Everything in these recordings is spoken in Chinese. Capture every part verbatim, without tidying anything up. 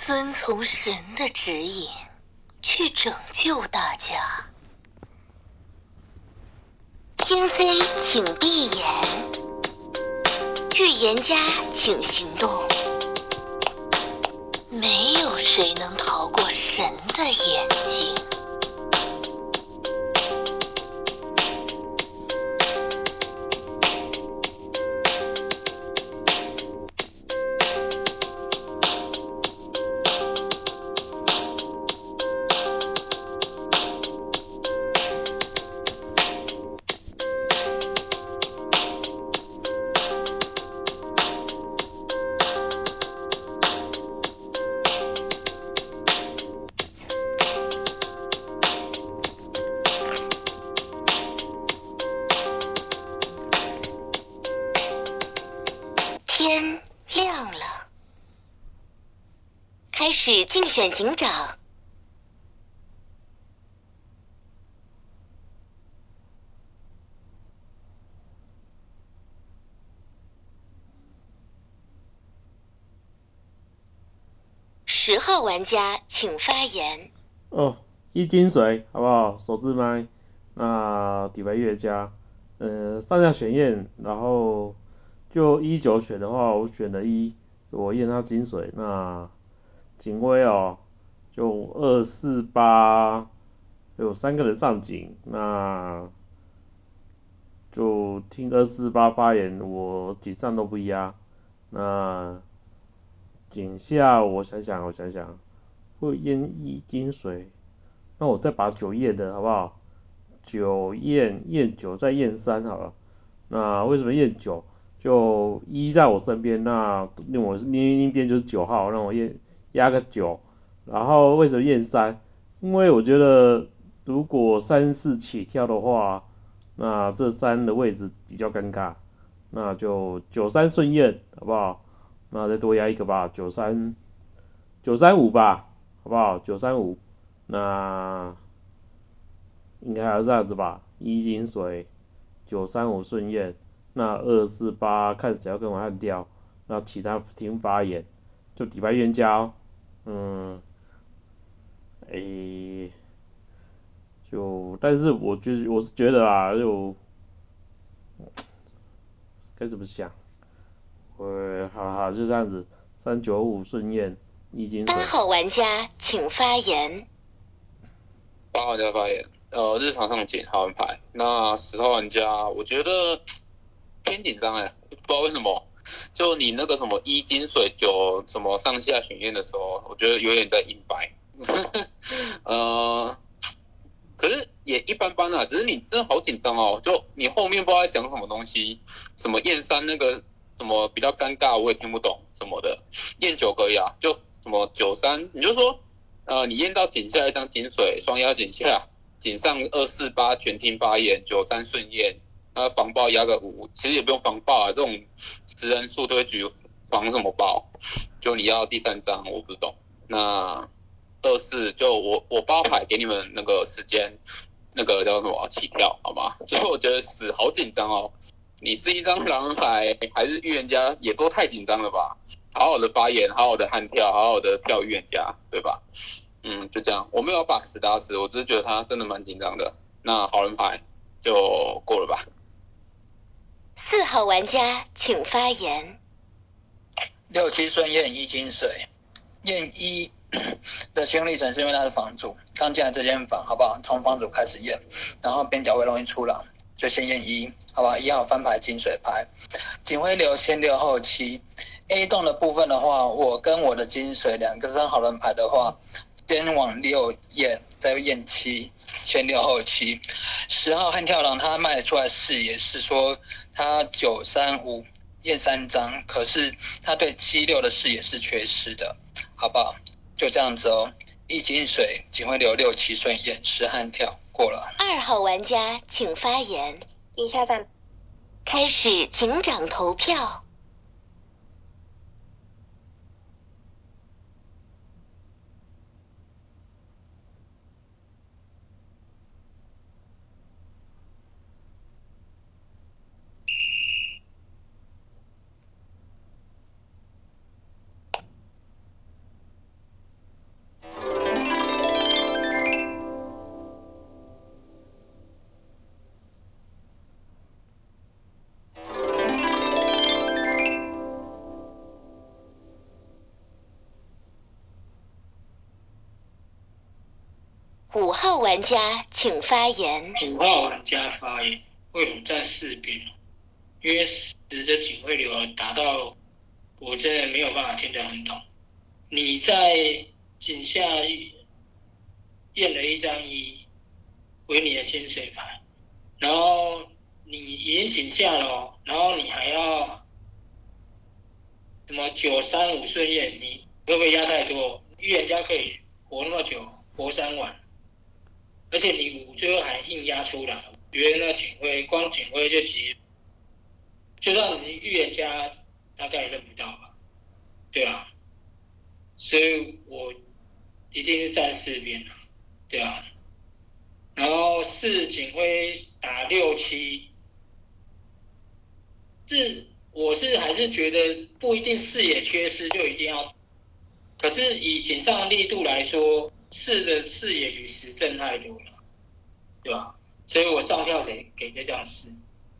遵从神的指引，去拯救大家。天黑请闭眼，预言家请行动。没有谁能逃过神的眼睛。天亮了，开始竞选警长。十号玩家请发言。 哦，一金水好不好？手自麦，那底牌乐家，呃，上下选验，然后就一九选的话，我选了一，我验他金水。那警徽哦，就二四八，有三个人上警，那就听二四八发言，我警上都不压。那警下我想想，我想想，会验一金水，那我再把九验的好不好？九验验九再验三好了。那为什么验九？就一在我身边，那那我另一边就是九号，让我验压个九。然后为什么验三？因为我觉得如果三四起跳的话，那这三的位置比较尴尬，那就九三顺验好不好？那再多压一个吧，九三九三五吧，好不好？九三五，那应该还是这样子吧。一金水，九三五顺验，那二四八看谁要跟我按掉，那其他听发言，就底牌冤家、哦，嗯，诶、就但是我觉我是觉得啊，就该怎么想，呃，好好就这样子，三九五顺验，一金水。 八号玩家请发言。 八号玩家发言，呃，日常上警好玩牌。那十号玩家，我觉得偏紧张哎，不知道为什么。就你那个什么一金水九什么上下选验的时候，我觉得有点在硬掰。呃，可是也一般般啊，只是你真的好紧张哦。就你后面不知道在讲什么东西，什么验三那个什么比较尴尬，我也听不懂什么的。验九可以啊，就什么九三，你就说。呃，你验到井下一张井水，双压井下，井上二四八全听发言，九三顺验，那防爆压个五，其实也不用防爆啊，这种十人数推举防什么爆？就你要第三张，我不懂。那二四就我我包牌给你们那个时间，那个叫什么起跳，好吗？所以我觉得死好紧张哦。你是一张狼牌还是预言家，也都太紧张了吧？好好的发言，好好的悍跳，好好的跳预言家，对吧？嗯，就这样，我没有把死打死，我只是觉得他真的蛮紧张的。那好人牌就过了吧。 四号玩家请发言。 六七顺验一金水，验一的心历程是因为他是房主，刚进来这间房，好不好？从房主开始验，然后边角位容易出狼，就先验一，好吧？一号翻牌金水牌，警徽流先六后七。A 栋的部分的话，我跟我的金水两个张好人牌的话，先往六验，再验七，先六后七。十号悍跳狼他卖出来视野是说他九三五验三张，可是他对七六的视野是缺失的，好不好？就这样子哦。一金水警徽流六七顺验十悍跳过了。 二号玩家请发言。 以下站开始警长投票。 五号玩家请发言。 五号玩家发言，为什么在四边？因为十的警徽流达到，我真的没有办法听得很懂。你在井下验了一张一为你的薪水牌，然后你已经井下了、哦，然后你还要什么九三五顺验，你会不会压太多？预言家可以活那么久，活三晚，而且你五最后还硬压出来，我觉得那警徽光警徽就其实就让你预言家大概认不到吧，对啊，所以我一定是站四边的，对啊，然后四警徽打六七，是我是还是觉得不一定四也缺失就一定要，可是以井上的力度来说，四的视野比十正太多了，对吧？所以我上票给给这张四。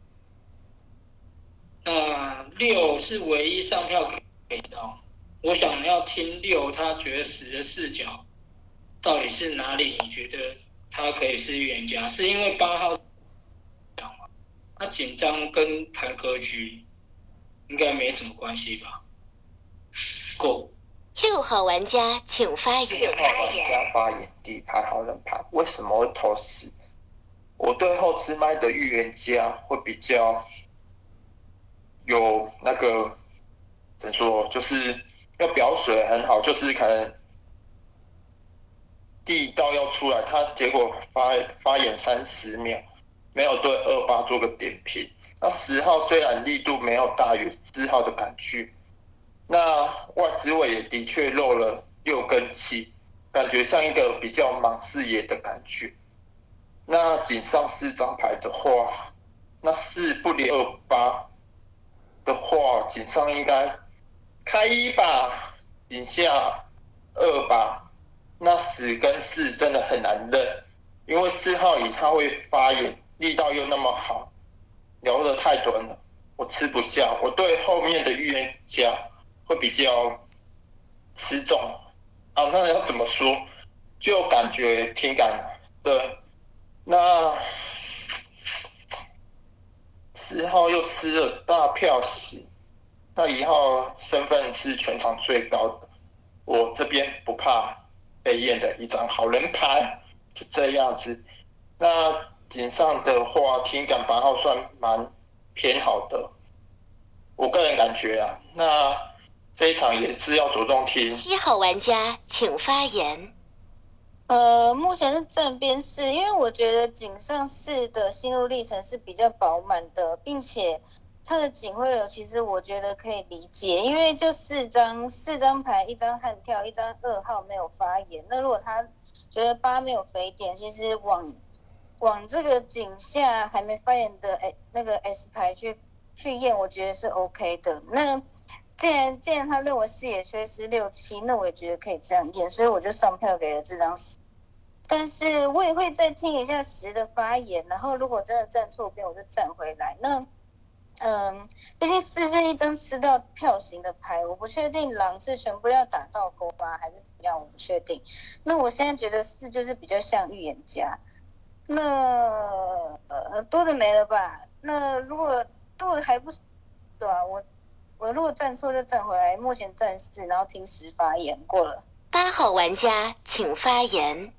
那六是唯一上票给到，我想要听六，他觉得十的视角到底是哪里？你觉得他可以是预言家？是因为八号讲吗？他紧张跟盘格局应该没什么关系吧？够。 六号玩家请发言。 六号玩家发言，底牌好人牌，为什么会投十？我对后吃麦的预言家会比较有那个怎么说，就是要表水很好，就是可能第一道要出来，他结果发发言三十秒，没有对二八做个点评。那十号虽然力度没有大于四号的感觉，那外资位也的确漏了六跟七，感觉像一个比较盲视野的感觉。那井上四张牌的话，那四不离二八的话，井上应该开一吧，井下二吧。那十跟四真的很难认，因为四号乙他会发言，力道又那么好，聊得太短了，我吃不下。我对后面的预言家会比较吃重啊，那要怎么说？就感觉挺感对。那四号又吃了大票席，那一号身份是全场最高的，我这边不怕被验的一张好人牌，就这样子。那井上的话，听感八号算蛮偏好的，我个人感觉啊。那这一场也是要着重听。 七号玩家请发言。 呃，目前是正边四，因为我觉得井上四的心路历程是比较饱满的，并且他的警徽流其实我觉得可以理解，因为就四张四张牌，一张悍跳，一张二号没有发言。那如果他觉得八没有肥点，其实往往这个井下还没发言的哎那个 S 牌去去验，我觉得是 OK 的。那既然既然他认为视野缺失六七，那我也觉得可以这样验，所以我就上票给了这张十。但是我也会再听一下十的发言，然后如果真的站错边，我就站回来。那嗯，毕竟四是一张吃到票型的牌，我不确定狼是全部要打到勾吗，还是怎么样，我不确定。那我现在觉得四就是比较像预言家。那呃多的没了吧？那如果多的还不对啊，我我如果站错就站回来，目前站四，然后听十发言过了。 八号玩家请发言。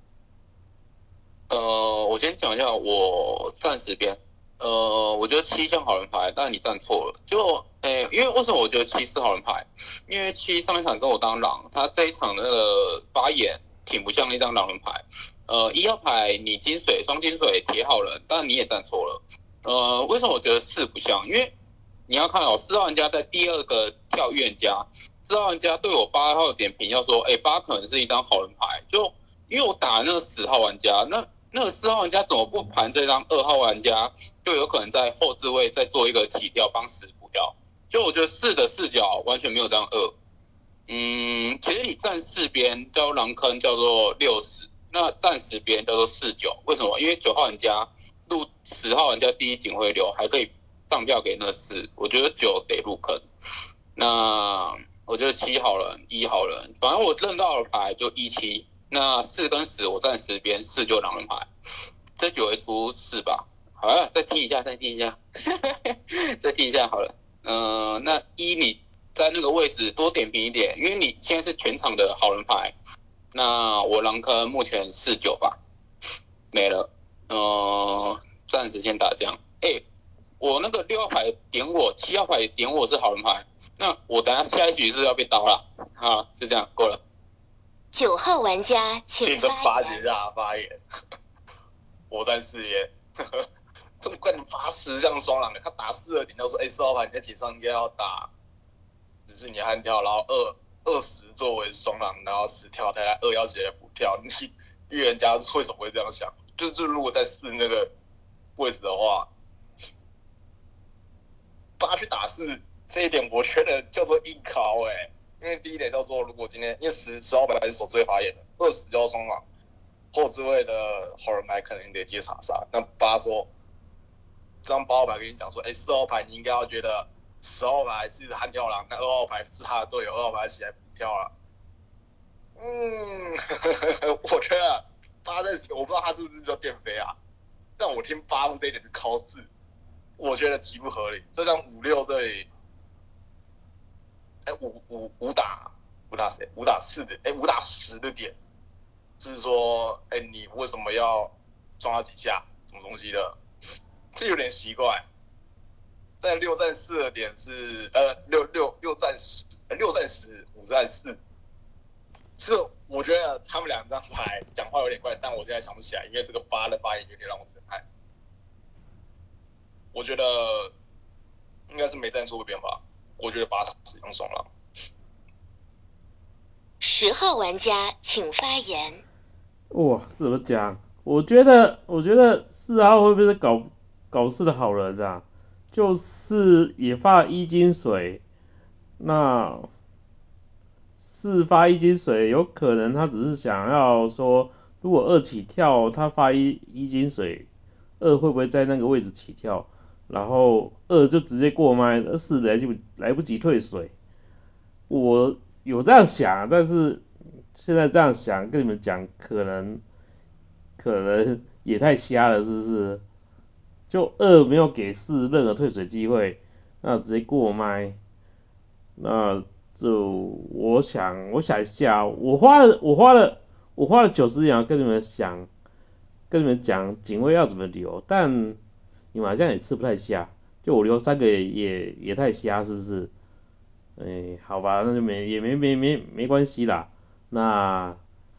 呃，我先讲一下我站十边。呃，我觉得七像好人牌，但你站错了。就，诶，因为为什么我觉得七是好人牌？因为七上一场跟我当狼，他这一场的那个发言挺不像一张狼人牌。呃，一号牌你金水双金水铁好人，但你也站错了。呃，为什么我觉得四不像？因为你要看哦，四号玩家在第二个跳预言家，四号玩家对我八号的点评要说，哎，八可能是一张好人牌，就因为我打那个十号玩家，那那个四号玩家怎么不盘这张二号玩家，就有可能在后置位再做一个起掉，帮十补掉。就我觉得四的视角完全没有这张二。嗯，其实你站四边叫狼坑叫做六十，那站十边叫做四九。为什么？因为九号玩家入十号玩家第一警徽流还可以上票给那四，我觉得九得入坑。那我觉得七好人一好人，反正我认到的牌就一七。 那四跟十我站十边，四就狼人牌，这局会出四吧？好了，再听一下，再听一下，再听一下好了。嗯、呃，那一你在那个位置多点评一点，因为你现在是全场的好人牌。那我狼坑目前四九吧，没了。呃，暂时先打将。哎、欸，我那个六号牌点我，七号牌点我是好人牌。那我等下下一局是要被刀了。好，就这样够了。 九号玩家请发言。 八局让他发言。我在试验。这么快能发十项双狼的，他打四二点，他说：“哎、欸，四号牌你在井上应该要打，只是你悍跳，然后二二十作为双狼，然后十跳台来二要直接补跳，你预言家为什么会这样想？就是就如果在四那个位置的话，八去打四这一点，我觉得叫做硬考哎、欸，因为第一点叫做如果今天因为十十号牌是首置发言的，二十就要双狼，后置位的好人牌可能得接查杀，那八说。”这张八号牌跟你讲说，哎、欸，四号牌你应该要觉得十号牌是悍跳狼，那二号牌是他的队友，二号牌起来补跳了。嗯，我觉得八在，我不知道他是不是叫电飞啊，但我听八用这一点去考四，我觉得极不合理。这张五六这里，哎、欸，五五五打五打谁？五打四的，哎、欸，五打十的点，是说，哎、欸，你为什么要撞他几下？什么东西的？这有点奇怪。在六战四的点是呃六六六战十六战十五战四，是我觉得他们两张牌讲话有点怪，但我现在想不起来，因为这个八的发言有点让我震撼。我觉得应该是没战术变化，我觉得八使用双狼。 十号玩家请发言。 哇，怎么讲？我觉得，我觉得四号会不会是搞搞事的好人啊？就是也发一金水，那四发一金水，有可能他只是想要说，如果二起跳，他发一一金水，二会不会在那个位置起跳？然后二就直接过麦，四来不来不及退水。我有这样想，但是现在这样想跟你们讲，可能可能也太瞎了，是不是？就二没有给四任何退水机会，那直接过麦，那就我想我想一下，我花了我花了我花了九十秒跟你们想跟你们讲警卫要怎么留，但你们好像也吃不太下，就我留三个也也也太瞎，是不是？哎，好吧，那就没也没没没没关系啦。那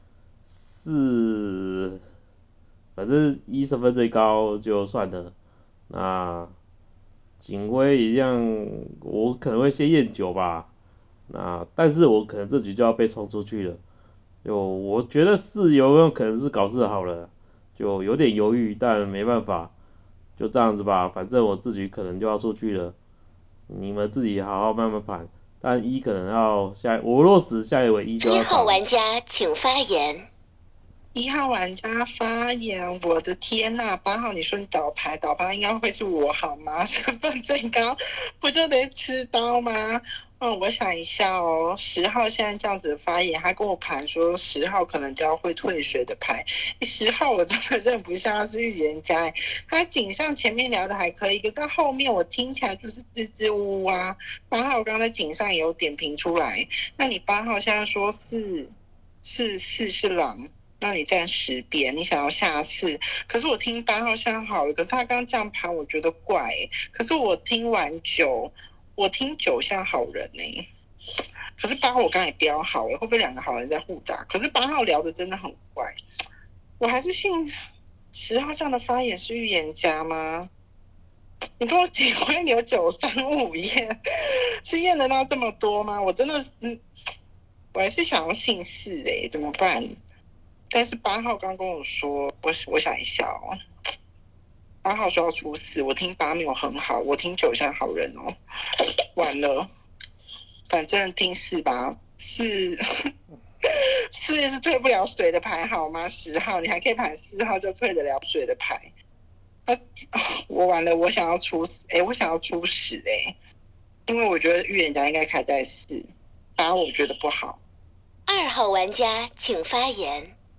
四，反正一身份最高就算了。那警徽一样，我可能会先验九吧。那但是我可能这局就要被冲出去了。就我觉得四有没有可能是搞事好了，就有点犹豫，但没办法，就这样子吧。反正我自己可能就要出去了，你们自己好好慢慢盘。但一可能要下，我若死下一尾一就一要挡。 号玩家请发言。 一号玩家发言，我的天呐！八号，你说你倒牌，倒牌应该会是我好吗？身份最高，不就得吃刀吗？嗯，我想一下哦，十号现在这样子发言，他跟我盘说十号可能就要会退水的牌。十号我真的认不下他是预言家，他井上前面聊的还可以，可是后面我听起来就是支支吾吾啊。八号刚才井上也有点评出来，那你八号现在说是是是是狼。那你站十边，你想要下四，可是我听八号像好，可是他刚这样盘，我觉得怪、欸。可是我听完九，我听九像好人呢、欸。可是八号我刚才也标好、欸，会不会两个好人在互打？可是八号聊的真的很怪，我还是信十号这样的发言是预言家吗？你跟我结婚有九三五验，是验得到这么多吗？我真的是，嗯，我还是想要信四哎、欸，怎么办？但是八号刚跟我说，我我想一下哦，八号说要出四，我听八没有很好，我听九像好人哦，完了，反正听四吧，四四也是退不了水的牌好吗？十号你还可以盘四号就退得了水的牌，啊、我完了，我想要出哎，我想要出十哎，因为我觉得预言家应该开在四，八我觉得不好。 二号玩家请发言。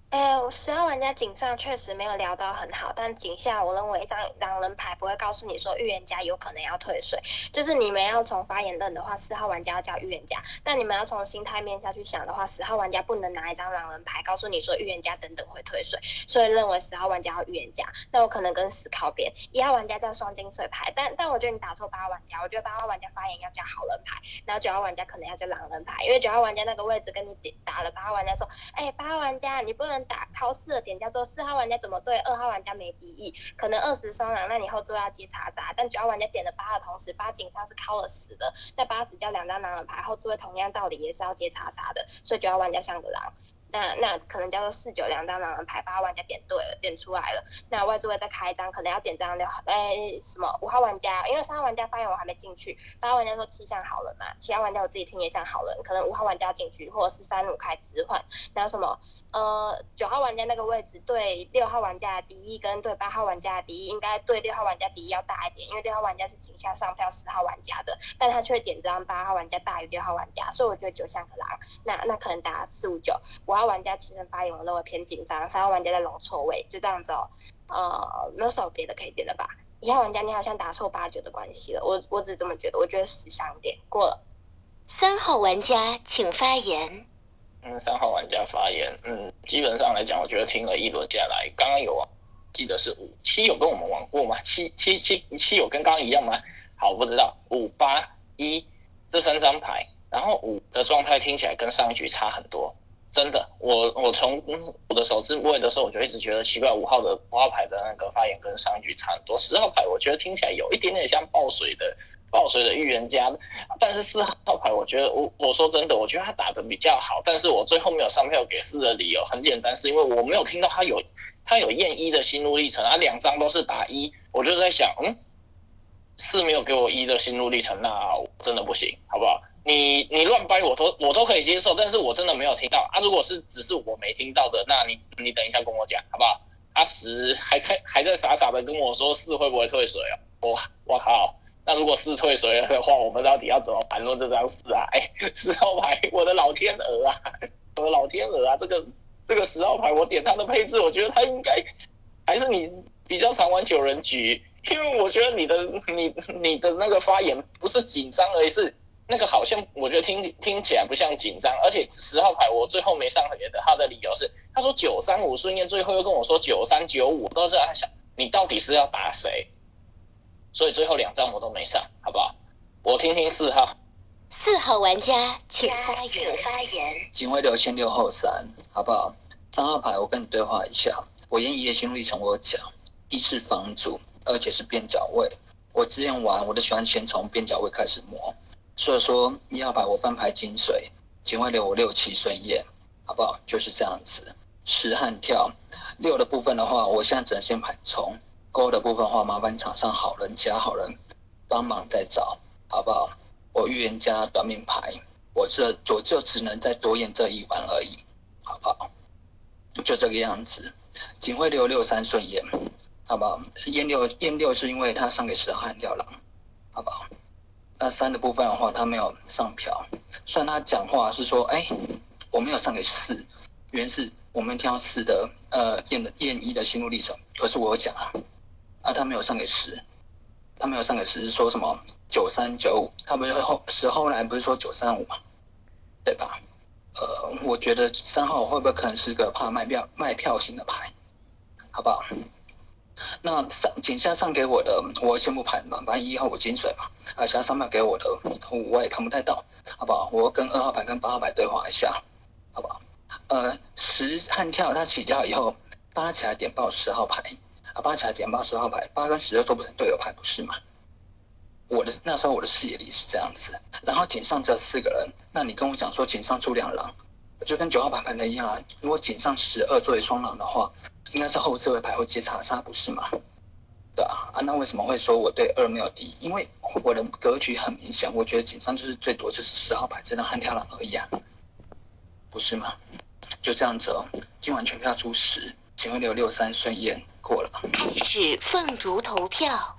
呃，十号玩家井上确实没有聊到很好，但井下我认为一张狼人牌不会告诉你说预言家有可能要退水，就是你们要从发言论的话，四号玩家要叫预言家，但你们要从心态面下去想的话，十号玩家不能拿一张狼人牌告诉你说预言家等等会退水，所以认为十号玩家要预言家，那我可能跟十靠边。一号玩家叫双金水牌，但但我觉得你打错八号玩家，我觉得八号玩家发言要叫好人牌，然后九号玩家可能要叫狼人牌，因为九号玩家那个位置跟你打了八号玩家说，哎、欸，八号玩家你不能打靠四的点叫做四号玩家怎么对二号玩家没敌意，可能二十双狼，那你后座要接查杀，但九号玩家点了八的同时，八井上是靠了十的，那八十叫两张狼人牌，后座位同样道理也是要接查杀的，所以九号玩家像个狼。那那可能叫做四九两张狼人牌，八号玩家点对了，点出来了。那外座位再开一张，可能要点张六，哎什么五号玩家，因为三号玩家发言我还没进去，八号玩家说七像好人嘛，七号玩家我自己听也像好人，可能五号玩家进去，或者是三五开直换，然后什么呃九号玩家那个位置对六号玩家的敌意跟对八号玩家的敌意，应该对六号玩家敌意要大一点，因为六号玩家是井下上票十号玩家的，但他却点这张八号玩家大于六号玩家，所以我觉得九像个狼，那那可能打四五九。五号玩家其实发言我认为偏紧张，三号玩家在龙错位，就这样子哦。呃，没有什么别的可以点的吧？一号玩家你好像打错八九的关系了，我我只这么觉得，我觉得十像点过了。 三号玩家请发言。 嗯，三号玩家发言，嗯，基本上来讲，我觉得听了一轮下来，刚刚有啊，记得是五七有跟我们玩过吗？七七七七有跟刚刚一样吗？好，不知道五八一这三张牌，然后五的状态听起来跟上一局差很多。真的，我我从我的手指位的时候，我就一直觉得奇怪，五号的五号牌的那个发言跟上一局差很多。十号牌我觉得听起来有一点点像爆水的爆水的预言家，但是四号牌我觉得我我说真的，我觉得他打的比较好，但是我最后没有上票给四的理由很简单，是因为我没有听到他有他有验一的心路历程，他两张都是打一，我就在想，嗯，四没有给我一的心路历程，那我真的不行，好不好？你你乱掰我都我都可以接受，但是我真的没有听到啊！如果是只是我没听到的，那你你等一下跟我讲好不好？他十还在还在傻傻的跟我说四会不会退水啊？我我靠！那如果四退水了的话，我们到底要怎么盘论这张四啊？哎，十号牌，我的老天鹅啊，我的老天鹅啊！这个这个十号牌，我点他的配置，我觉得他应该还是你比较常玩九人局，因为我觉得你的你你的那个发言不是紧张而已，是。那个好像我觉得听听起来不像紧张，而且十号牌我最后没上别的，他的理由是他说九三五顺验，最后又跟我说九三九五，都在想你到底是要打谁，所以最后两张我都没上，好不好？我听听四号。 四号玩家请发言。请发言。 警徽流先六后三，好不好？三号牌我跟你对话一下，我验一的心路历程我有讲，一是房主，而且是边角位。我之前玩我都喜欢先从边角位开始摸。所以说一号牌我翻牌金水，警徽流我六七顺验，好不好？就是这样子。十和跳六的部分的话，我现在只能先盘冲。勾的部分的话，麻烦场上好人其他好人帮忙再找，好不好？我预言家短命牌，我这我就只能再多验这一碗而已，好不好？就这个样子。警徽流六三顺验，好不好？验六验六是因为他上给十号和跳狼，好不好？那三的部分的话，他没有上票，虽然他讲话是说，哎，我没有上给四，原因是我们听到四的呃验的验一的心路历程，可是我有讲啊，啊他没有上给十，他没有上给十是说什么九三九五，他不是后十后来不是说九三五嘛，对吧？呃，我觉得三号会不会可能是个怕卖票卖票型的牌，好不好？那上井下上给我的，我先不盘嘛，反正一号我金水嘛，而且他上面给我的五我也看不太到，好不好？我跟二号牌跟八号牌对话一下，好不好？呃，十和跳他起跳以后，八起来点爆十号牌，啊八起来点爆十号牌，八跟十又做不成队友牌，不是吗？我的那时候我的视野里是这样子，然后井上只有四个人，那你跟我讲说井上出两狼，就跟九号牌盘的一样啊，如果井上十二作为双狼的话。应该是后置位牌会接查杀，不是吗？对啊，啊，那为什么会说我对二没有敌？因为我的格局很明显，我觉得井上就是最多就是十号牌这张悍跳狼而已啊，不是吗？就这样子哦，今晚全票出十，请问六六三顺验过了。 开始凤竹投票。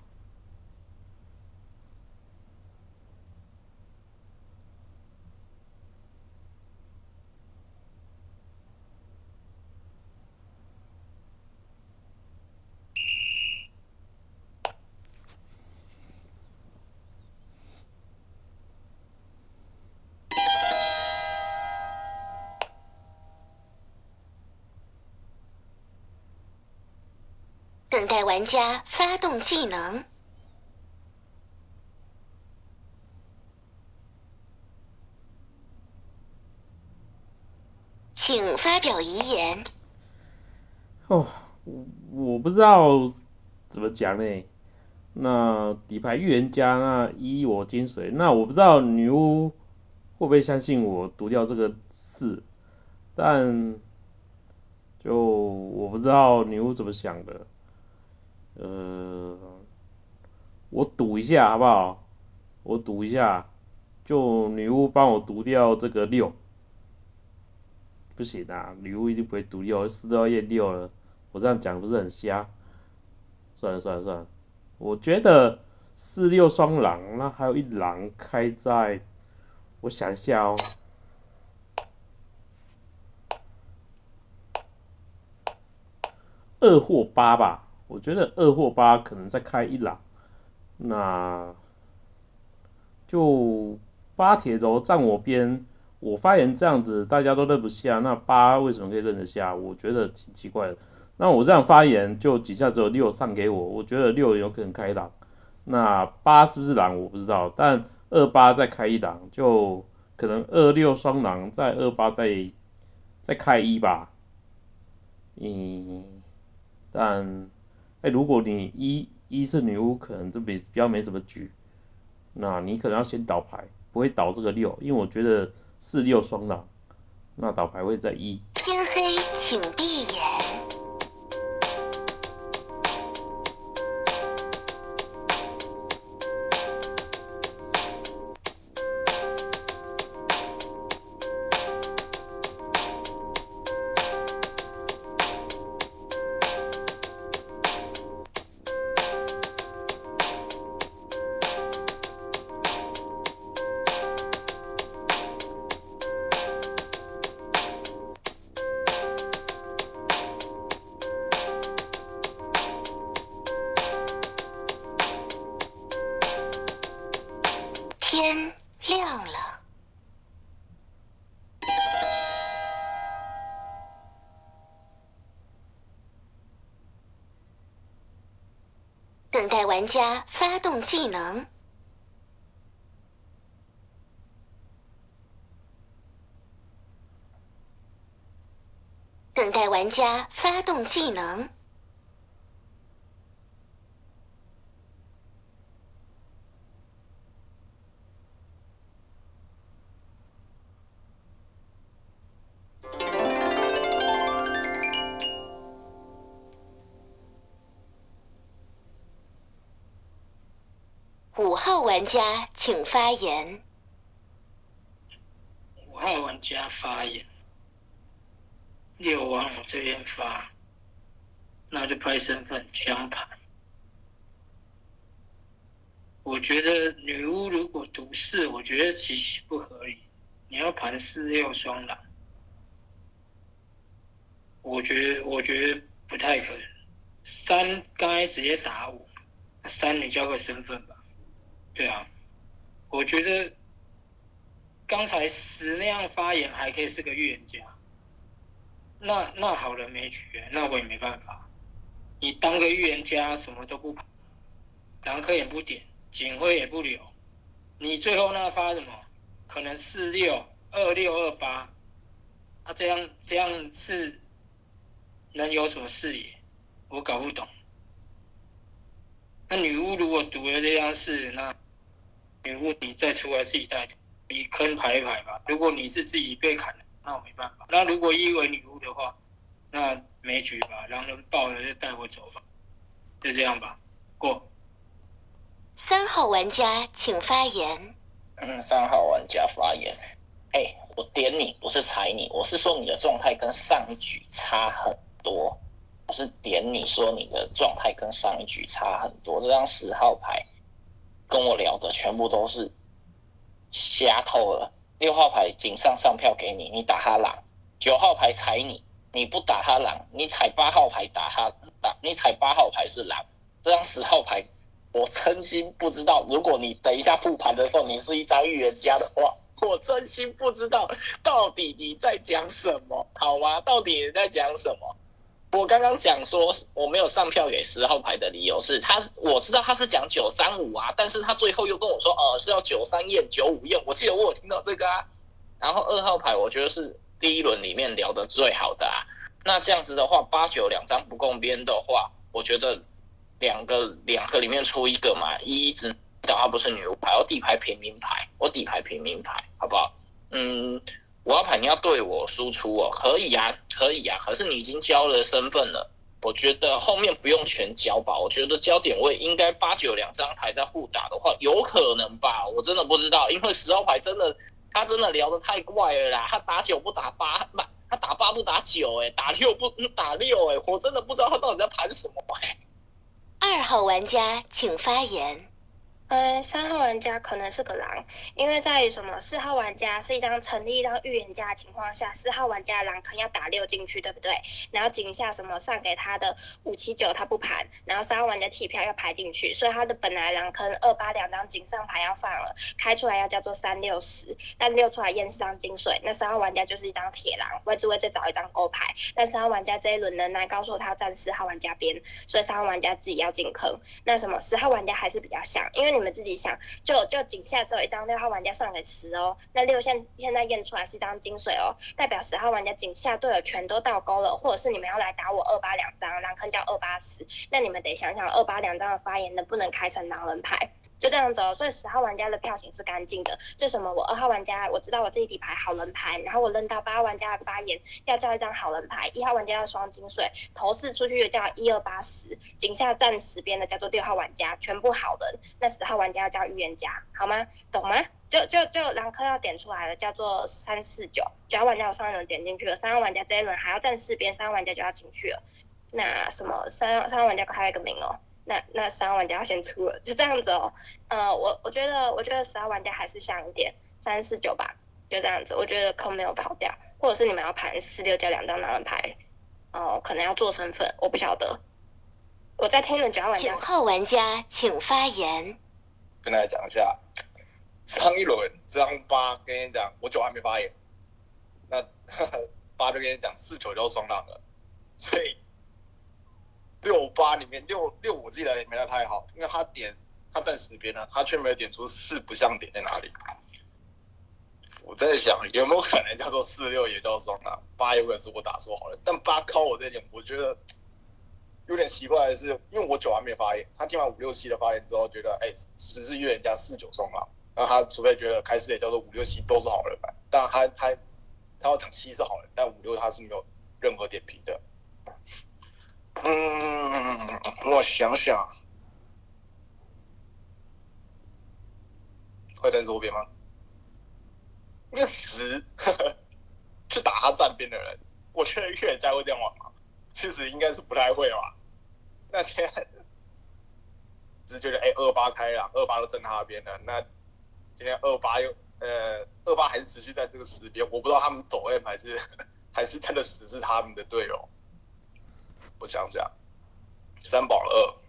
待玩家发动技能。请发表遗言。 哦，我我不知道怎么讲呢。那底牌预言家，那一我金水，那我不知道女巫会不会相信我读掉这个四，但就我不知道女巫怎么想的。呃，我赌一下好不好？我赌一下，就女巫帮我读掉这个六。不行啊，女巫一定不会读六，四都要验六了。我这样讲不是很瞎？算了算了算了，我觉得四六双狼，那还有一狼开在，我想一下哦，二或八吧。我觉得二或八可能再开一狼，那就八铁轴站我边。我发言这样子，大家都认不下，那八为什么可以认得下？我觉得挺奇怪的。那我这样发言，就底下只有六上给我，我觉得六有可能开狼。那八是不是狼我不知道，但二八再开一狼，就可能二六双狼，再二八再再开一吧。嗯，但哎、欸，如果你一一是女巫，可能就比比较没什么局。那你可能要先倒牌，不会倒这个六，因为我觉得四六双狼，那倒牌会在一。 天黑请闭眼。天亮了，等待玩家发动技能。等待玩家发动技能。五号玩家请发言。 五号玩家发言，六往我这边发，那就拍身份枪牌。我觉得女巫如果读四，我觉得极其不合理。你要盘四六双狼，我觉得我觉得不太可能。三刚才直接打我，三你交个身份吧。对啊，我觉得刚才十那样发言还可以是个预言家，那那好人没局，那我也没办法。你当个预言家什么都不盘，狼科也不点，警徽也不留，你最后那发什么？可能四六二六二八，啊这样这样是能有什么视野？我搞不懂。那女巫如果读了这样事，那女巫你再出来自己带，你坑排一排吧。如果你是自己被砍了，那我没办法。那如果一为女巫的话，那没局吧，狼人爆了就带我走吧，就这样吧，过。 三号玩家请发言。 嗯，三号玩家发言。哎、欸，我点你不是踩你，我是说你的状态跟上一局差很多。我是点你说你的状态跟上一局差很多。这张十号牌跟我聊的全部都是瞎透了。六号牌井上上票给你，你打他狼。九号牌踩你，你不打他狼，你踩八号牌打他打，你踩八号牌是狼。这张十号牌，我真心不知道，如果你等一下复盘的时候，你是一张预言家的话，我真心不知道到底你在讲什么，好吗？到底你在讲什么？ 我刚刚讲说我没有上票给十号牌的理由是他，我知道他是讲九三五啊，但是他最后又跟我说，呃，是要九三验九五验，我记得我有听到这个啊。然后二号牌我觉得是第一轮里面聊的最好的啊。那这样子的话，八九两张不共边的话，我觉得两个两个里面出一个嘛，一只它不是女巫牌，我底牌平民牌，我底牌平民牌，好不好？嗯。五号牌你要对我输出哦，可以啊，可以啊。可是你已经交了身份了，我觉得后面不用全交吧。我觉得交点位应该八九两张牌在互打的话，有可能吧。我真的不知道，因为十号牌真的他真的聊得太怪了啦。他打九不打八，不，他打八不打九，哎，打六不打六，哎，我真的不知道他到底在盘什么哎。 二号玩家请发言。 嗯，三号玩家可能是个狼，因为在于什么？四号玩家是一张成立一张预言家的情况下，四号玩家狼坑要打六进去，对不对？然后井下什么上给他的五七九他不盘，然后三号玩家弃票要排进去，所以他的本来狼坑二八两张井上牌要放了，开出来要叫做三六十，但六出来验是张金水，那三号玩家就是一张铁狼，我只会再找一张勾牌，但三号玩家这一轮能来告诉他要站四号玩家边，所以三号玩家自己要进坑。那什么十号玩家还是比较像，因为你们自己想，就就井下只有一张六号玩家上给十哦，那六现现在验出来是一张金水哦，代表十号玩家井下队友全都倒钩了，或者是你们要来打我二八两张，狼坑叫二八十，那你们得想想二八两张的发言能不能开成狼人牌，就这样子哦。所以十号玩家的票型是干净的，就什么我二号玩家我知道我自己底牌好人牌，然后我认到八号玩家的发言要叫一张好人牌，一号玩家要双金水，头四出去的叫一二八十，井下站十边的叫做六号玩家，全部好人，那十号玩家要叫预言家，好吗？懂吗？就就就狼科要点出来了，叫做三四九，九号玩家有上一轮点进去了，三号玩家这一轮还要站四边，三号玩家就要进去了。那什么三三号玩家开了一个名哦，那那三号玩家要先出了，就这样子哦。呃，我我觉得我觉得十号玩家还是像一点三四九吧，就这样子。我觉得坑没有跑掉，或者是你们要盘四六加两张狼人牌，哦、呃，可能要做身份，我不晓得。我在听了九号玩家。 九号玩家请发言。 跟大家讲一下，上一轮这张八跟你讲，我九还没发言，那八就跟你讲四九就双浪了，所以六八里面六六我记得也没他太好，因为他点他站十边了，他却没有点出四不像点在哪里。我在想有没有可能叫做四六也叫双浪，八有可能是我打错好了，但八靠我这点，我觉得有点奇怪的是，因为我九还没发言，他听完五六七的发言之后，觉得哎十是预言家，四九双浪，然后他除非觉得开始也叫做五六七都是好人牌，但他他他要讲七是好人，但五六他是没有任何点评的。嗯，我想想，会站左边吗？因为十去打他站边的人，我觉得预言家会这样玩吗？其实应该是不太会吧。那现在只是觉得哎，二八开了，二八都站他那边了。那今天二八又呃，二八还是持续在这个十边，我不知道他们是抖 M 还是还是真的十是他们的队友。我想想，三保了二，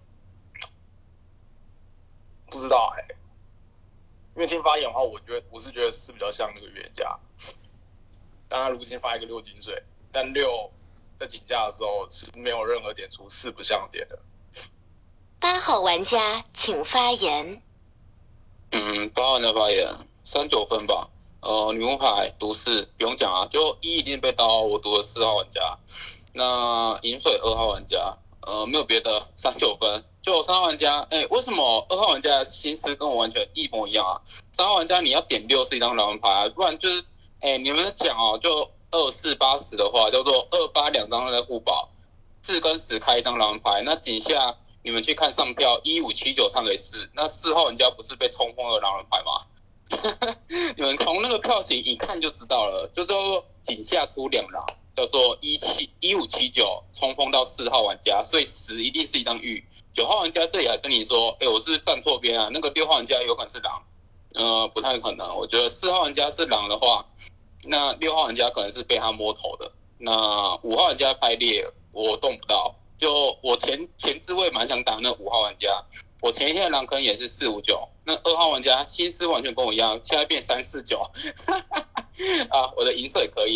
不知道哎、欸，因为听发言的话，我觉得我是觉得是比较像那个预言家。当然，如果今天发一个六金水，但六在井下的时候是没有任何点出四不像点的。 八号玩家请发言。 嗯，八号玩家发言，三九分吧。呃，女巫牌读四不用讲啊，就一一定被刀，我读了四号玩家。那饮水二号玩家，呃，没有别的，三九分。就三号玩家，哎，为什么二号玩家的心思跟我完全一模一样啊？三号玩家你要点六是一张狼人牌啊，不然就是，哎，你们讲哦，就二四八十的话，叫做二八两张在互保，四跟十开一张狼人牌，那底下你们去看上票一五七九上给四，那四号玩家不是被冲锋的狼人牌吗？你们从那个票型一看就知道了，就叫做井下出两狼。叫做一七一五七九冲锋到四号玩家，所以十一定是一张玉。九号玩家这里还跟你说，哎，我是站错边啊，那个六号玩家有可能是狼，呃，不太可能。我觉得四号玩家是狼的话，那六号玩家可能是被他摸头的。那五号玩家拍裂，我动不到。就我前前置位蛮想打那五号玩家，我前一天的狼坑也是四五九，那二号玩家心思完全跟我一样，现在变三四九，啊，我的银色也可以啊。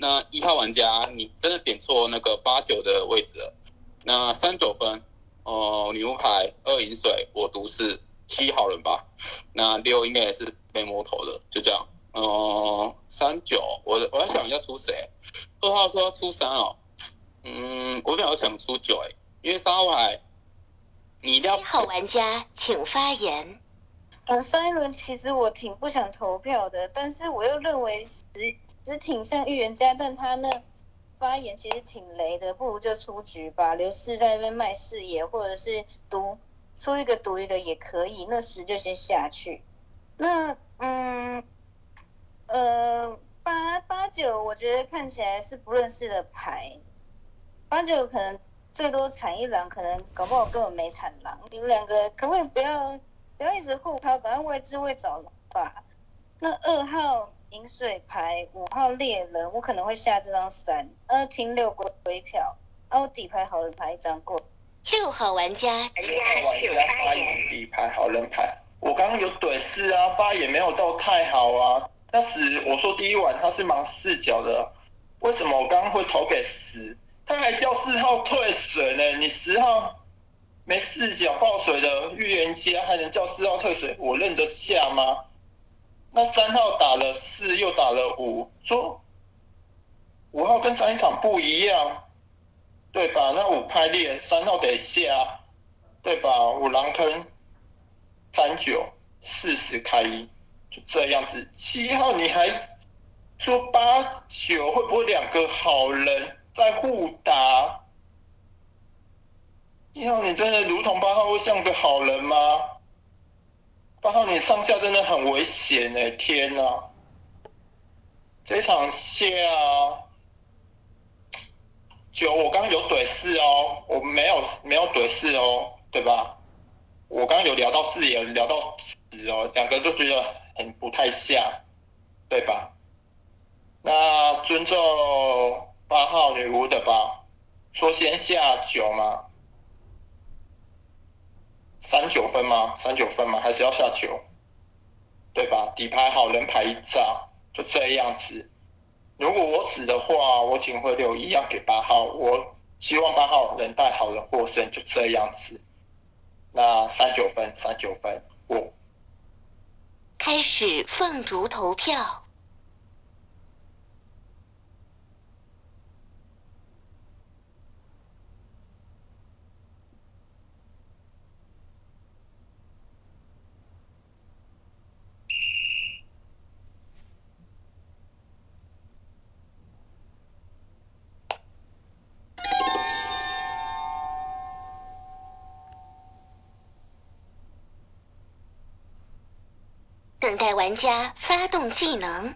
那一号玩家你真的点错那个八九的位置了。那三九分，哦、呃，女巫牌二饮水，我毒是七好人吧？那六应该也是没摸头的，就这样。呃，三九，我我在想要出谁？二号说要出三哦，嗯，我比较想出九哎，因为三号牌你一定要。 一号玩家请发言。 呃，上一轮其实我挺不想投票的，但是我又认为只只挺像预言家，但他那发言其实挺雷的，不如就出局吧。刘氏在那边卖视野，或者是读出一个读一个也可以，那十就先下去。那嗯呃八八九，我觉得看起来是不认识的牌，八九可能最多产一狼，可能搞不好根本没产狼。你们两个可不可以不要不要一直互抛，赶快位置位找狼吧。那二号饮水牌，五号猎人，我可能会下这张三，呃，听六归票，然后底牌好人牌一张过。 六号玩家请发言。 底牌好人牌，我刚刚有怼四啊，发也没有到太好啊。那十我说第一晚他是盲四角的，为什么我刚刚会投给十？他还叫四号退水呢，你十号没四角爆水的预言家还能叫四号退水，我认得下吗？那三号打了四又打了五，说五号跟上一场不一样，对吧？那五拍裂，三号得下，对吧？五狼坑三九四十开一，就这样子。七号你还说八九会不会两个好人在互打？七号你真的如同八号会像个好人吗？八号你上下真的很危险哎、欸，天哪！这场下九我刚刚有怼四哦，我没有没有怼四哦，对吧？我刚刚有聊到四也聊到十哦，两个都觉得很不太像，对吧？那尊重八号女巫的吧，说先下九吗？三九分吗？三九分吗？还是要下九？对吧？底牌好人牌一张，就这样子。如果我死的话，我警徽六一样给八号，我希望八号能带好人获胜，就这样子。那三九分，三九分，我开始凤竹投票。等待玩家发动技能，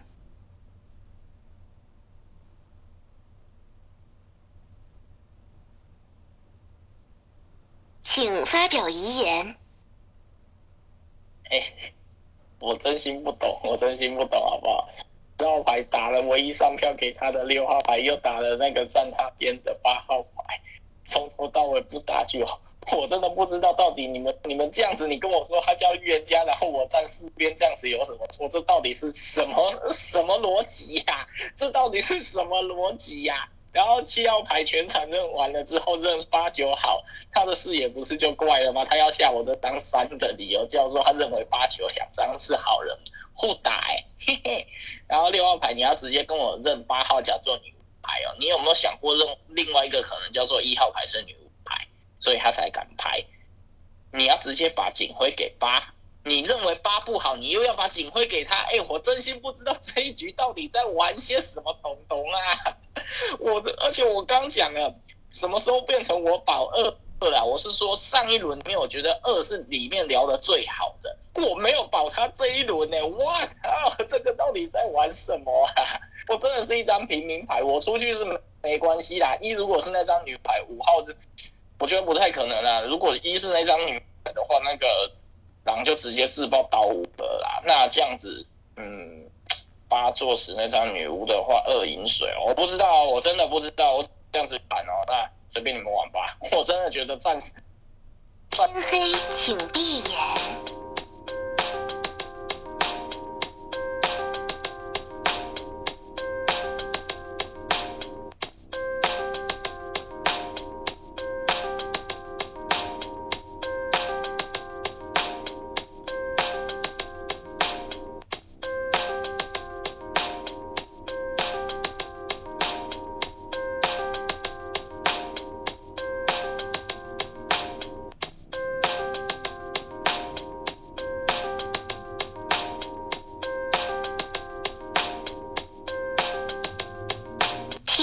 请发表遗言。 哎，我真心不懂，我真心不懂，好不好？六号牌打了唯一上票给他的六号牌，又打了那个站他边的八号牌，从头到尾不打就好。我真的不知道到底你们你们这样子，你跟我说他叫预言家，然后我站四边这样子有什么错？这到底是什么什么逻辑呀？这到底是什么逻辑呀？然后七号牌全场认完了之后认八九好，他的视野不是就怪了吗？他要下我这当三的理由叫做他认为八九两张是好人互打哎、欸，嘿嘿。然后六号牌你要直接跟我认八号叫做女巫牌哦，你有没有想过认另外一个可能叫做一号牌是女巫牌？所以他才敢拍。你要直接把警徽给八，你认为八不好，你又要把警徽给他，哎，我真心不知道这一局到底在玩些什么东东啊！我的，而且我刚讲了，什么时候变成我保二二啦？我是说上一轮里面，我觉得二是里面聊的最好的，我没有保他这一轮呢、欸，我操，这个到底在玩什么啊？我真的是一张平民牌，我出去是没关系啦。一如果是那张女牌五号就。我觉得不太可能啦。如果一是那张女牌的话，那个狼就直接自爆倒五了啦。那这样子，嗯，八做十那张女巫的话，二饮水，我不知道，我真的不知道，我这样子玩哦，那随便你们玩吧。我真的觉得暂时。 天黑，请闭眼。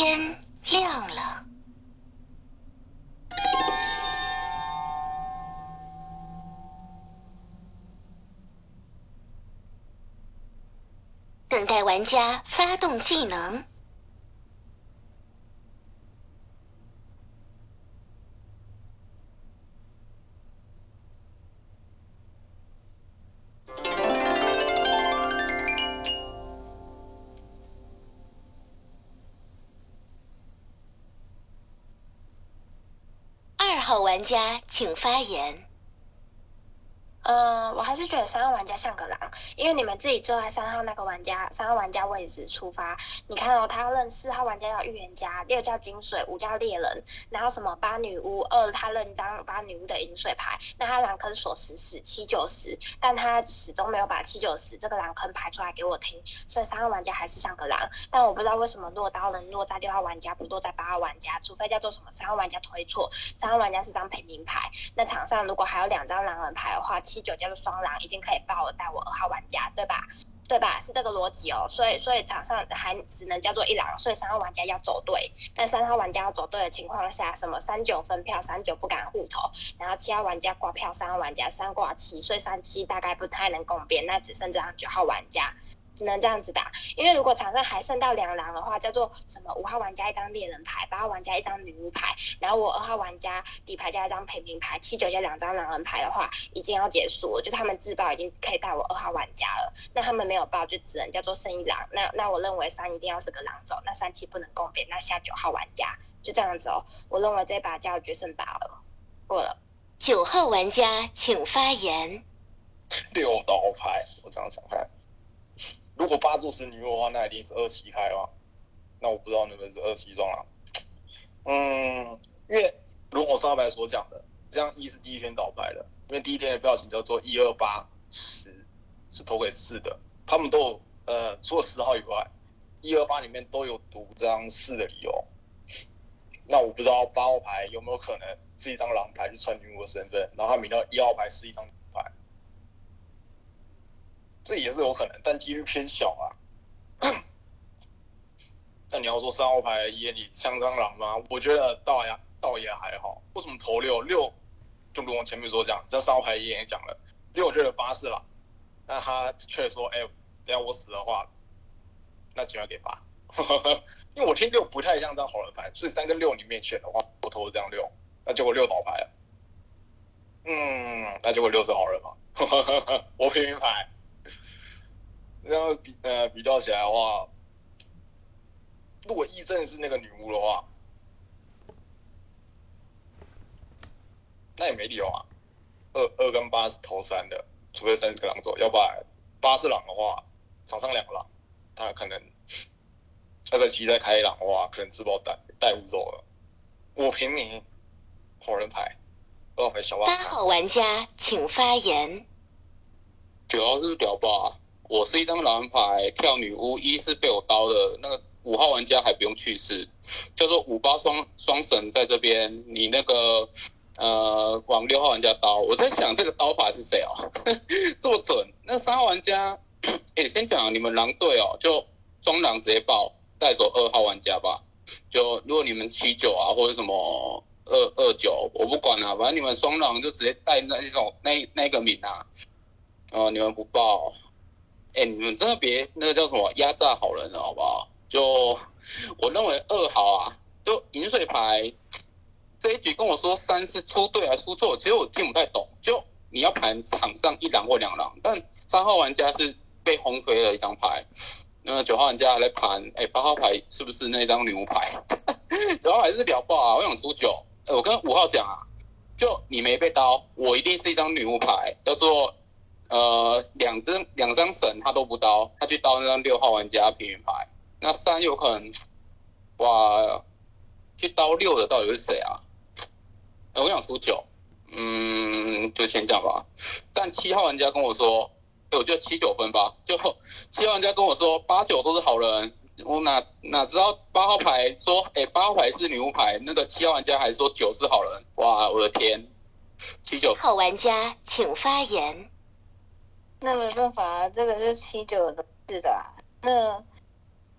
天亮了。等待玩家发动技能。二号玩家请发言。 嗯，我还是觉得三号玩家像个狼，因为你们自己坐在三号那个玩家，三号玩家位置出发，你看哦，他要认四号玩家叫预言家，六叫金水，五叫猎人，然后什么八女巫，二他认一张八女巫的饮水牌，那他狼坑锁十十七九十，但他始终没有把七九十这个狼坑排出来给我听，所以三号玩家还是像个狼，但我不知道为什么落刀人落在六号玩家，不落在八号玩家，除非叫做什么三号玩家推错，三号玩家是张平民牌，那场上如果还有两张狼人牌的话，七九叫做双狼，已经可以爆了带我二号玩家，对吧？对吧？是这个逻辑哦，所以所以场上还只能叫做一狼，所以三号玩家要走对，但三号玩家要走对的情况下，什么三九分票，三九不敢互投，然后七号玩家挂票，三号玩家三挂七，所以三七大概不太能共变，那只剩这张九号玩家。只能这样子打，因为如果场上还剩到两狼的话，叫做什么五号玩家一张猎人牌，八号玩家一张女巫牌，然后我二号玩家底牌加一张平民牌，七九加两张狼人牌的话，已经要结束了，就他们自爆已经可以带我二号玩家了，那他们没有爆就只能叫做剩一狼，那那我认为三一定要是个狼走，那三七不能共变，那下九号玩家就这样子哦，我认为这把叫决胜把了，过了。 九号玩家请发言。 六刀牌，我这样想看。如果八柱是女巫的话，那一定是二七开嘛。那我不知道那个是二七中了。嗯，因为如我上牌所讲的，这样一是第一天倒牌的，因为第一天的票型叫做一二八十，是投给四的。他们都有呃，除了十号以外，一二八里面都有赌这张四的理由。那我不知道八号牌有没有可能是一张狼牌去穿女巫的身份，然后他明到一号牌是一张女巫牌。这也是有可能，但几率偏小啊。但你要说三号牌眼里像张狼吗？我觉得倒也倒也还好。为什么投六六？就如我前面所讲，这三号牌眼也讲了，六我觉得八是狼，那他却说，哎、欸，等下我死的话，那就要给八。因为我听六不太像张好人牌，所以三跟六里面选的话，我投这样六，那结果六倒牌了。嗯，那结果六是好人嘛？我平民牌。这样比呃比较起来的话，如果义正是那个女巫的话，那也没理由啊。二二跟八是投三的，除非三是个狼走，要不然八是狼的话，场上两个狼，他可能二个七再开狼的话，可能自爆带带五走了。我平民好人牌，二号牌小八。 八号玩家请发言。 主要是聊吧，我是一张狼人牌，跳女巫，一是被我刀的，那个五号玩家还不用去世，叫做五八双双神在这边，你那个呃往六号玩家刀，我在想这个刀法是谁哦，这么准？那三号玩家，哎、欸，先讲你们狼队哦，就双狼直接爆带走二号玩家吧，就如果你们七九啊或者什么二二九，我不管啊，反正你们双狼就直接带那一种那那个名啊。哦，你们不报，哎、欸，你们真的别那个叫什么压榨好人了，好不好？就我认为二号啊，就饮水牌这一局跟我说三是出对还是出错，其实我听不太懂。就你要盘场上一狼或两狼，但三号玩家是被轰飞了一张牌，那九号玩家还在盘，哎、欸，八号牌是不是那张女巫牌？九号牌是聊爆啊，我想出九，哎、欸，我跟五号讲啊，就你没被刀，我一定是一张女巫牌，叫做。呃，两张两张神他都不刀，他去刀那张六号玩家平民牌。那三有可能，哇，去刀六的到底是谁啊？欸、我想出九，嗯，就先这样吧。但七号玩家跟我说，欸、我觉得七九分吧。就七号玩家跟我说八九都是好人，我哪哪知道八号牌说，哎、欸，八号牌是女巫牌，那个七号玩家还说九是好人，哇，我的天，七九号玩家请发言。 那没办法啊，这个是七九的是的、啊。那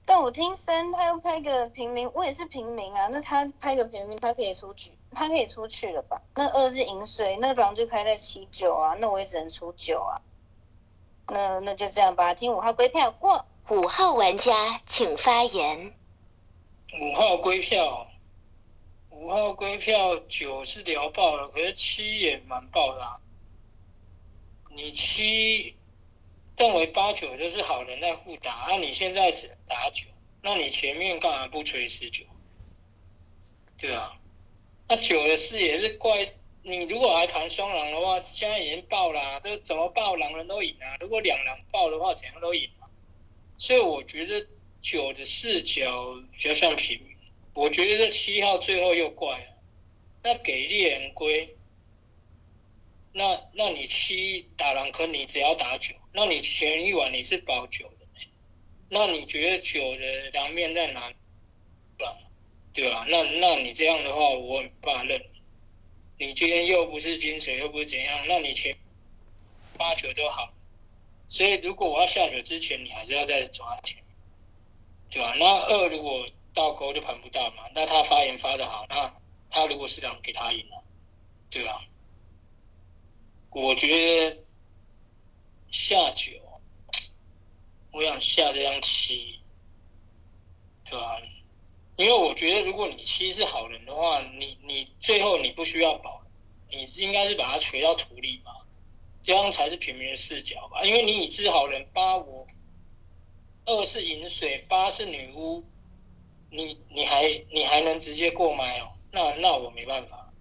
但我听三他又拍个平民，我也是平民啊，那他拍个平民，他可以出局，他可以出去了吧？那二是银水，那狼就开在七九啊，那我也只能出九啊。那那就这样吧，听五号归票过。 五号玩家请发言。 五号归票，五号归票，九是聊爆了，可是七也蛮爆的啊。你七认为八九就是好人在互打，那、啊、你现在只能打九，那你前面干嘛不锤十九？对啊，那九的事也是怪你，如果还盘双狼的话，现在已经爆了、啊，这怎么爆狼人都赢啊。如果两狼爆的话，怎样都赢啊。所以我觉得九的视角比较像平民，我觉得这七号最后又怪了，那给猎人归。那那你七打狼坑，你只要打九，那你前一晚你是保九的，那你觉得九的狼面在哪里？对吧？那那你这样的话，我很怕认你。你今天又不是金水，又不是怎样，那你前八九都好，所以如果我要下九之前，你还是要再走下前，对吧？那二如果倒钩就盘不到嘛，那他发言发得好，那他如果是狼给他赢了，对吧？我觉得下九，我想下这张七，对吧？因为我觉得如果你七是好人的话，你你最后你不需要保，你应该是把它锤到土里吧，这样才是平民的视角吧。因为你已知好人八我二是饮水，八是女巫，你你还你还能直接过麦哦？那那我没办法，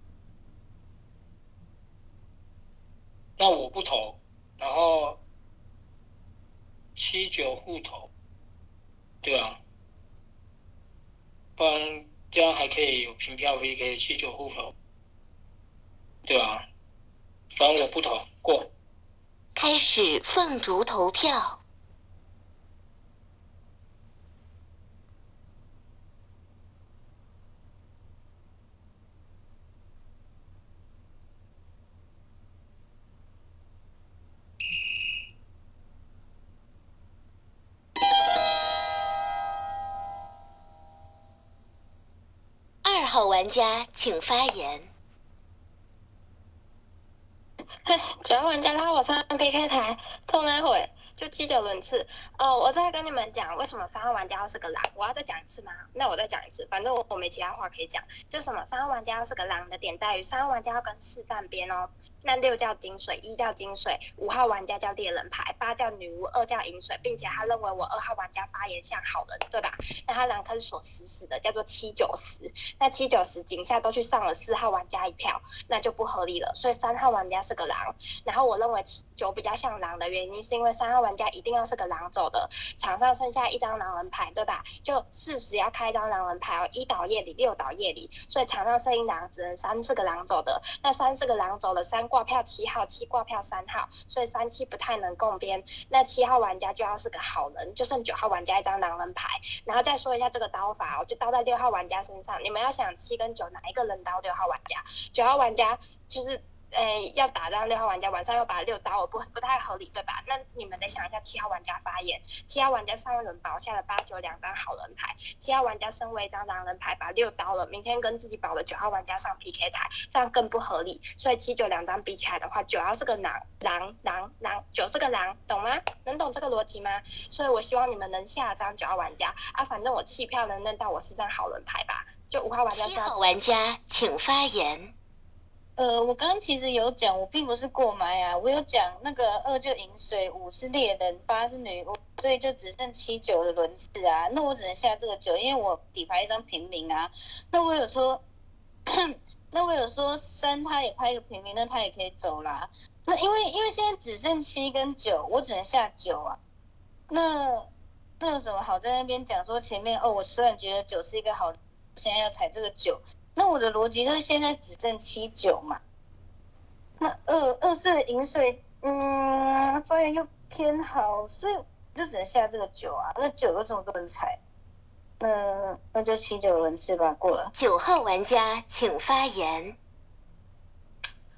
那我不投，然后七九互投，对啊，不然这样还可以有平票 P K 七九互投，对啊，反正我不投过。 开始凤竹投票。二号玩家请发言。 九号玩家拉我上 P K 台，冲那会就七九轮次。哦，我再跟你们讲为什么三号玩家要是个狼，我要再讲一次吗？那我再讲一次，反正我我没其他话可以讲。就什么三号玩家要是个狼的点在于，三号玩家要跟四站边哦。那六叫金水，一叫金水，五号玩家叫猎人牌，八叫女巫，二叫银水，并且他认为我二号玩家发言像好人，对吧？那他狼坑锁死死的，叫做七九十。那七九十井下都去上了四号玩家一票，那就不合理了。所以三号玩家是个狼。然后我认为九比较像狼的原因，是因为三号玩家一定要是个狼走的，场上剩下一张狼人牌，对吧？就四十要开一张狼人牌哦，一倒夜里，六倒夜里，所以场上剩一狼，只能三是个狼走的。那三是个狼走的，三挂票七号，七挂票三号，所以三七不太能共边。那七号玩家就要是个好人，就剩九号玩家一张狼人牌。然后再说一下这个刀法哦，就刀在六号玩家身上。你们要想七跟九哪一个人刀六号玩家？九号玩家就是。诶，要打让六号玩家晚上要把六刀，不不太合理，对吧？那你们得想一下七号玩家发言，七号玩家上一轮保下了八九两张好人牌，七号玩家身为一张狼人牌把六刀了，明天跟自己保的九号玩家上 P K 台，这样更不合理。所以七九两张比起来的话，九号是个狼狼狼狼，九是个狼，懂吗？能懂这个逻辑吗？所以我希望你们能下张九号玩家啊，反正我弃票能认到我是张好人牌吧。就五号玩家。 七号玩家请发言。 呃，我刚刚其实有讲，我并不是过麦啊，我有讲那个二就饮水，五是猎人，八是女巫，所以就只剩七九的轮次啊。那我只能下这个九，因为我底牌一张平民啊。那我有说，那我有说三他也拍一个平民，那他也可以走啦。那因为因为现在只剩七跟九，我只能下九啊。那那有什么好在那边讲说前面哦？我虽然觉得九是一个好，我现在要踩这个九。那我的逻辑就是现在只剩七九嘛，那二二是饮水，嗯，发言又偏好，所以就只能下这个九啊。那九有这么多人踩，那那就七九轮次吧，过了。 九号玩家请发言。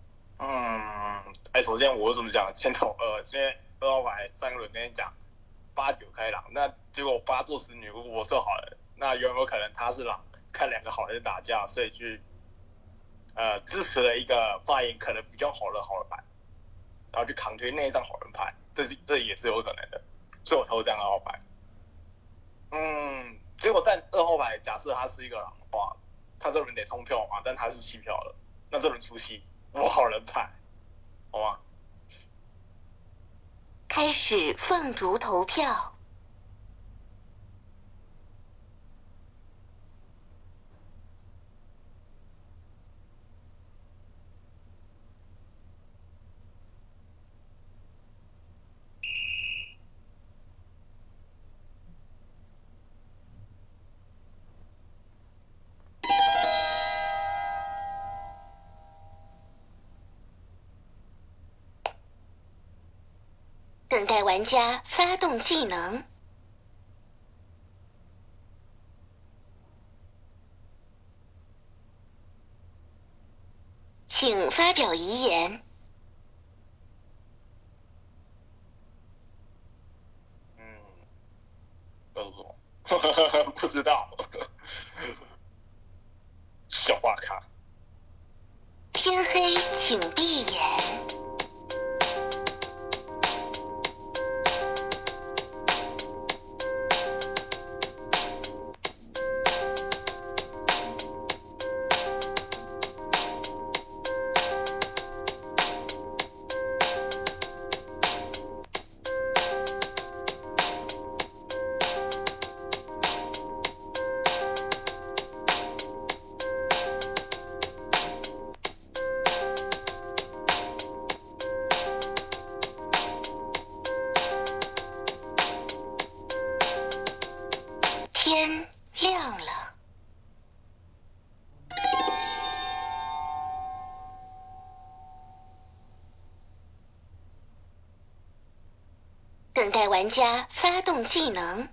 嗯，哎，首先我怎么讲？先投二，因为二号牌上一轮跟你讲， 八九开狼，那结果八坐实女巫，我是好人，那有没有可能他是狼，看两个好人打架，所以去呃支持了一个发言可能比较好的好人牌，然后去扛推那一张好人牌，这是这也是有可能的，所以我投这张二号牌。嗯，结果但二号牌假设他是一个狼的话，他这轮得冲票嘛，但他是弃票了，那这轮出戏，我好人牌，好吗？ 开始凤竹投票。等待玩家发动技能，请发表遗言。 嗯，告诉我，不知道，小画卡。 天黑，请闭眼。天亮了，等待玩家发动技能，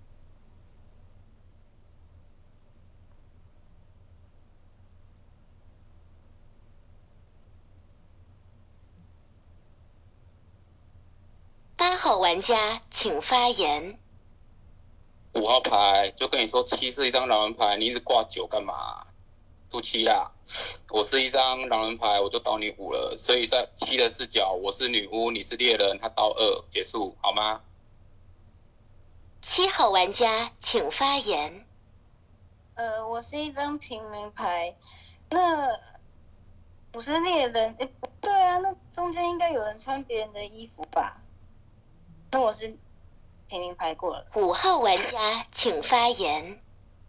八号玩家请发言。 五号牌就跟你说七是一张狼人牌，你一直挂九干嘛？出七啦！我是一张狼人牌，我就倒你五了，所以在七的视角，我是女巫，你是猎人，他倒二，结束好吗？ 七号玩家请发言。 呃，我是一张平民牌，那不是猎人，哎，不对啊，那中间应该有人穿别人的衣服吧？那我是平民牌过了。 五号玩家请发言。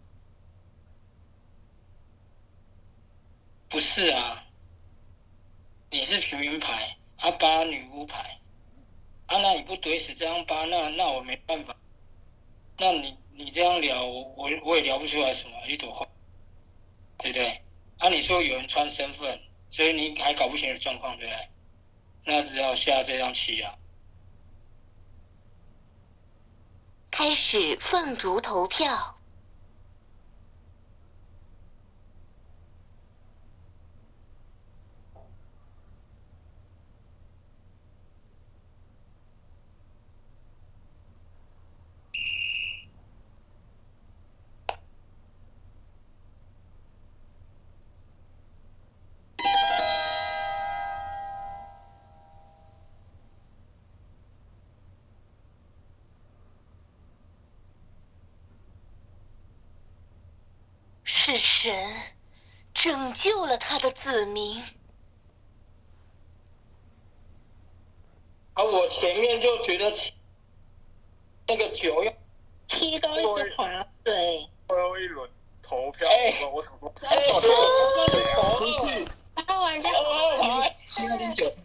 不是啊，你是平民牌，啊八女巫牌，啊那你不怼死这张八，那那我没办法。那你你这样聊，我我我也聊不出来什么一朵花，对不对？啊你说有人穿身份，所以你还搞不清楚状况，对不对？那只好下这张棋啊。 开始凤竹投票。是神拯救了他的子民。 啊，我前面就觉得那个九要七都一直划水。 最后一轮投票， 哎我我想说， 哎， 我投出去， 八号玩家二号牌， 七二点九。